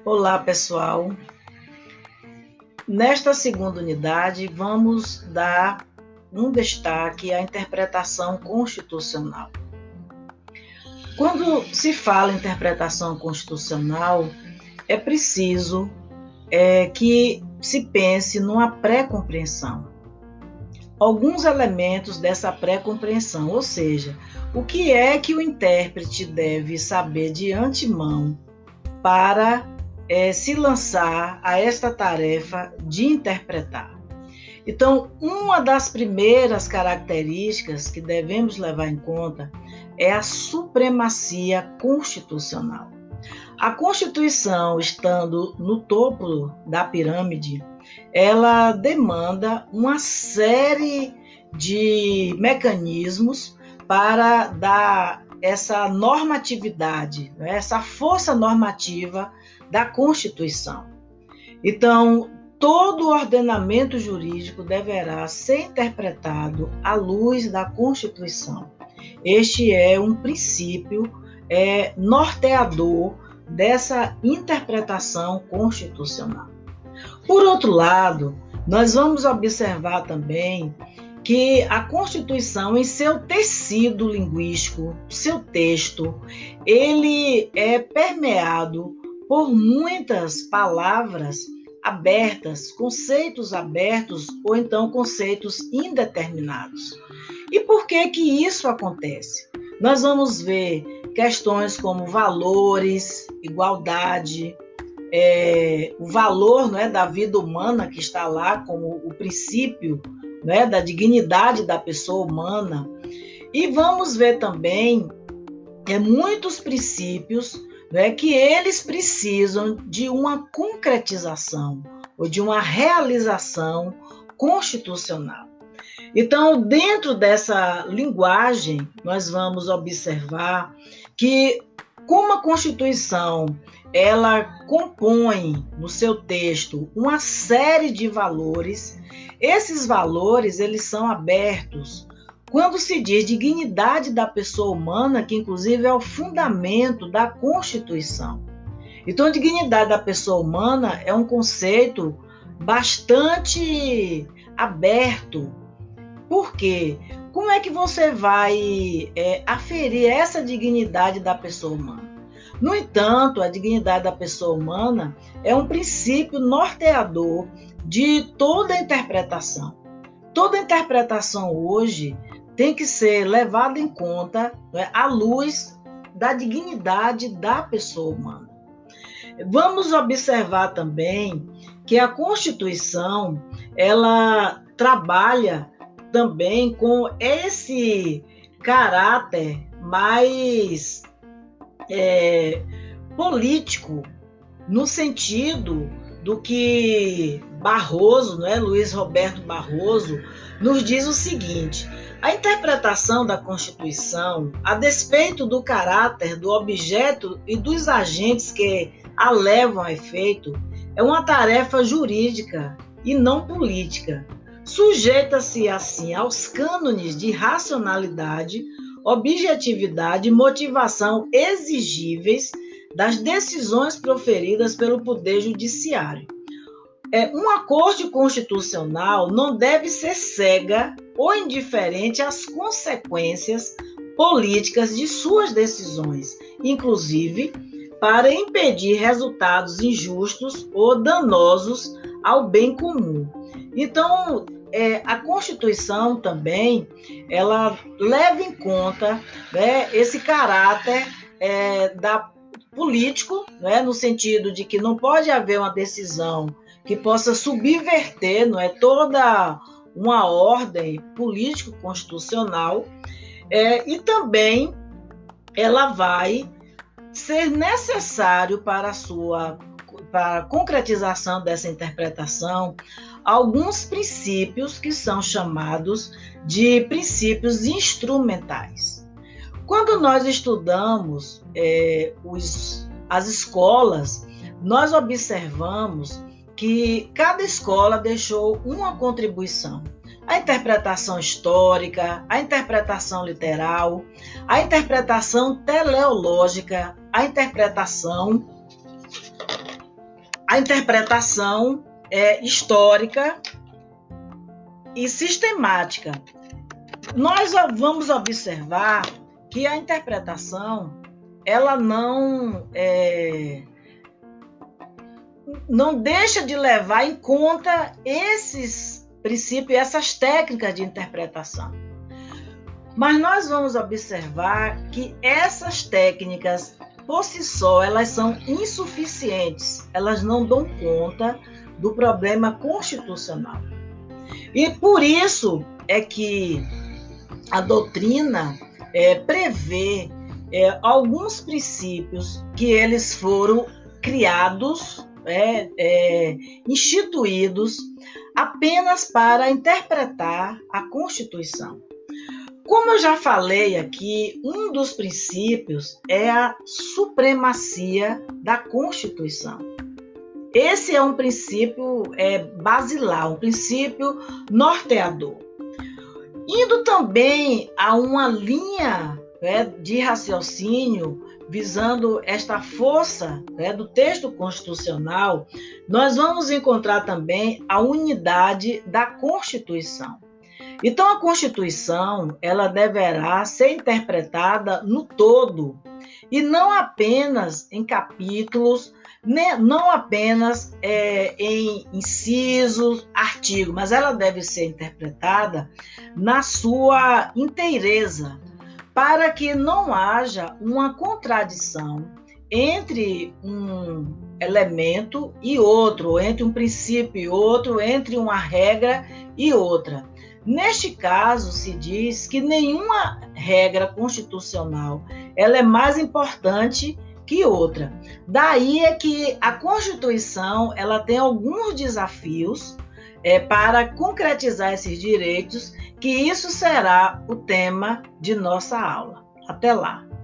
Olá, pessoal. Nesta segunda unidade, vamos dar um destaque à interpretação constitucional. Quando se fala em interpretação constitucional, é preciso que se pense numa pré-compreensão. Alguns elementos dessa pré-compreensão, ou seja, o que é que o intérprete deve saber de antemão para se lançar a esta tarefa de interpretar. Então, uma das primeiras características que devemos levar em conta é a supremacia constitucional. A Constituição, estando no topo da pirâmide, ela demanda uma série de mecanismos para dar essa normatividade, essa força normativa da Constituição. Então, todo o ordenamento jurídico deverá ser interpretado à luz da Constituição. Este é um princípio norteador dessa interpretação constitucional. Por outro lado, nós vamos observar também que a Constituição, em seu tecido linguístico, seu texto, ele é permeado por muitas palavras abertas, conceitos abertos ou então conceitos indeterminados. E por que isso acontece? Nós vamos ver questões como valores, igualdade, o valor da vida humana que está lá como o princípio da dignidade da pessoa humana. E vamos ver também muitos princípios que eles precisam de uma concretização ou de uma realização constitucional. Então, dentro dessa linguagem, nós vamos observar que, como a Constituição ela compõe no seu texto uma série de valores, esses valores eles são abertos quando se diz dignidade da pessoa humana, que inclusive é o fundamento da Constituição. Então, dignidade da pessoa humana é um conceito bastante aberto. Por quê? Como é que você vai aferir essa dignidade da pessoa humana? No entanto, a dignidade da pessoa humana é um princípio norteador de toda a interpretação. Toda a interpretação hoje tem que ser levada em conta à luz da dignidade da pessoa humana. Vamos observar também que a Constituição ela trabalha também com esse caráter mais político, no sentido do que Barroso, Luiz Roberto Barroso, nos diz o seguinte: a interpretação da Constituição, a despeito do caráter, do objeto e dos agentes que a levam a efeito, é uma tarefa jurídica e não política. Sujeita-se, assim, aos cânones de racionalidade, objetividade e motivação exigíveis das decisões proferidas pelo Poder Judiciário. Uma Corte Constitucional não deve ser cega ou indiferente às consequências políticas de suas decisões, inclusive para impedir resultados injustos ou danosos ao bem comum. Então, a Constituição também ela leva em conta esse caráter político, no sentido de que não pode haver uma decisão que possa subverter toda uma ordem político-constitucional, e também ela vai ser necessário para a concretização dessa interpretação alguns princípios que são chamados de princípios instrumentais. Quando nós estudamos as escolas, nós observamos que cada escola deixou uma contribuição. A interpretação histórica, a interpretação literal, a interpretação teleológica, a interpretação a interpretação histórica e sistemática. Nós vamos observar que a interpretação ela não deixa de levar em conta esses princípios, essas técnicas de interpretação. Mas nós vamos observar que essas técnicas, por si só, elas são insuficientes, elas não dão conta do problema constitucional. E por isso é que a doutrina prevê alguns princípios que eles foram criados, instituídos apenas para interpretar a Constituição. Como eu já falei aqui, um dos princípios é a supremacia da Constituição. Esse é um princípio basilar, um princípio norteador. Indo também a uma linha de raciocínio visando esta força do texto constitucional, nós vamos encontrar também a unidade da Constituição. Então, a Constituição ela deverá ser interpretada no todo, e não apenas em capítulos, não apenas em incisos, artigos, mas ela deve ser interpretada na sua inteireza, para que não haja uma contradição entre um elemento e outro, entre um princípio e outro, entre uma regra e outra. Neste caso, se diz que nenhuma regra constitucional ela é mais importante que outra. Daí é que a Constituição ela tem alguns desafios para concretizar esses direitos, que isso será o tema de nossa aula. Até lá!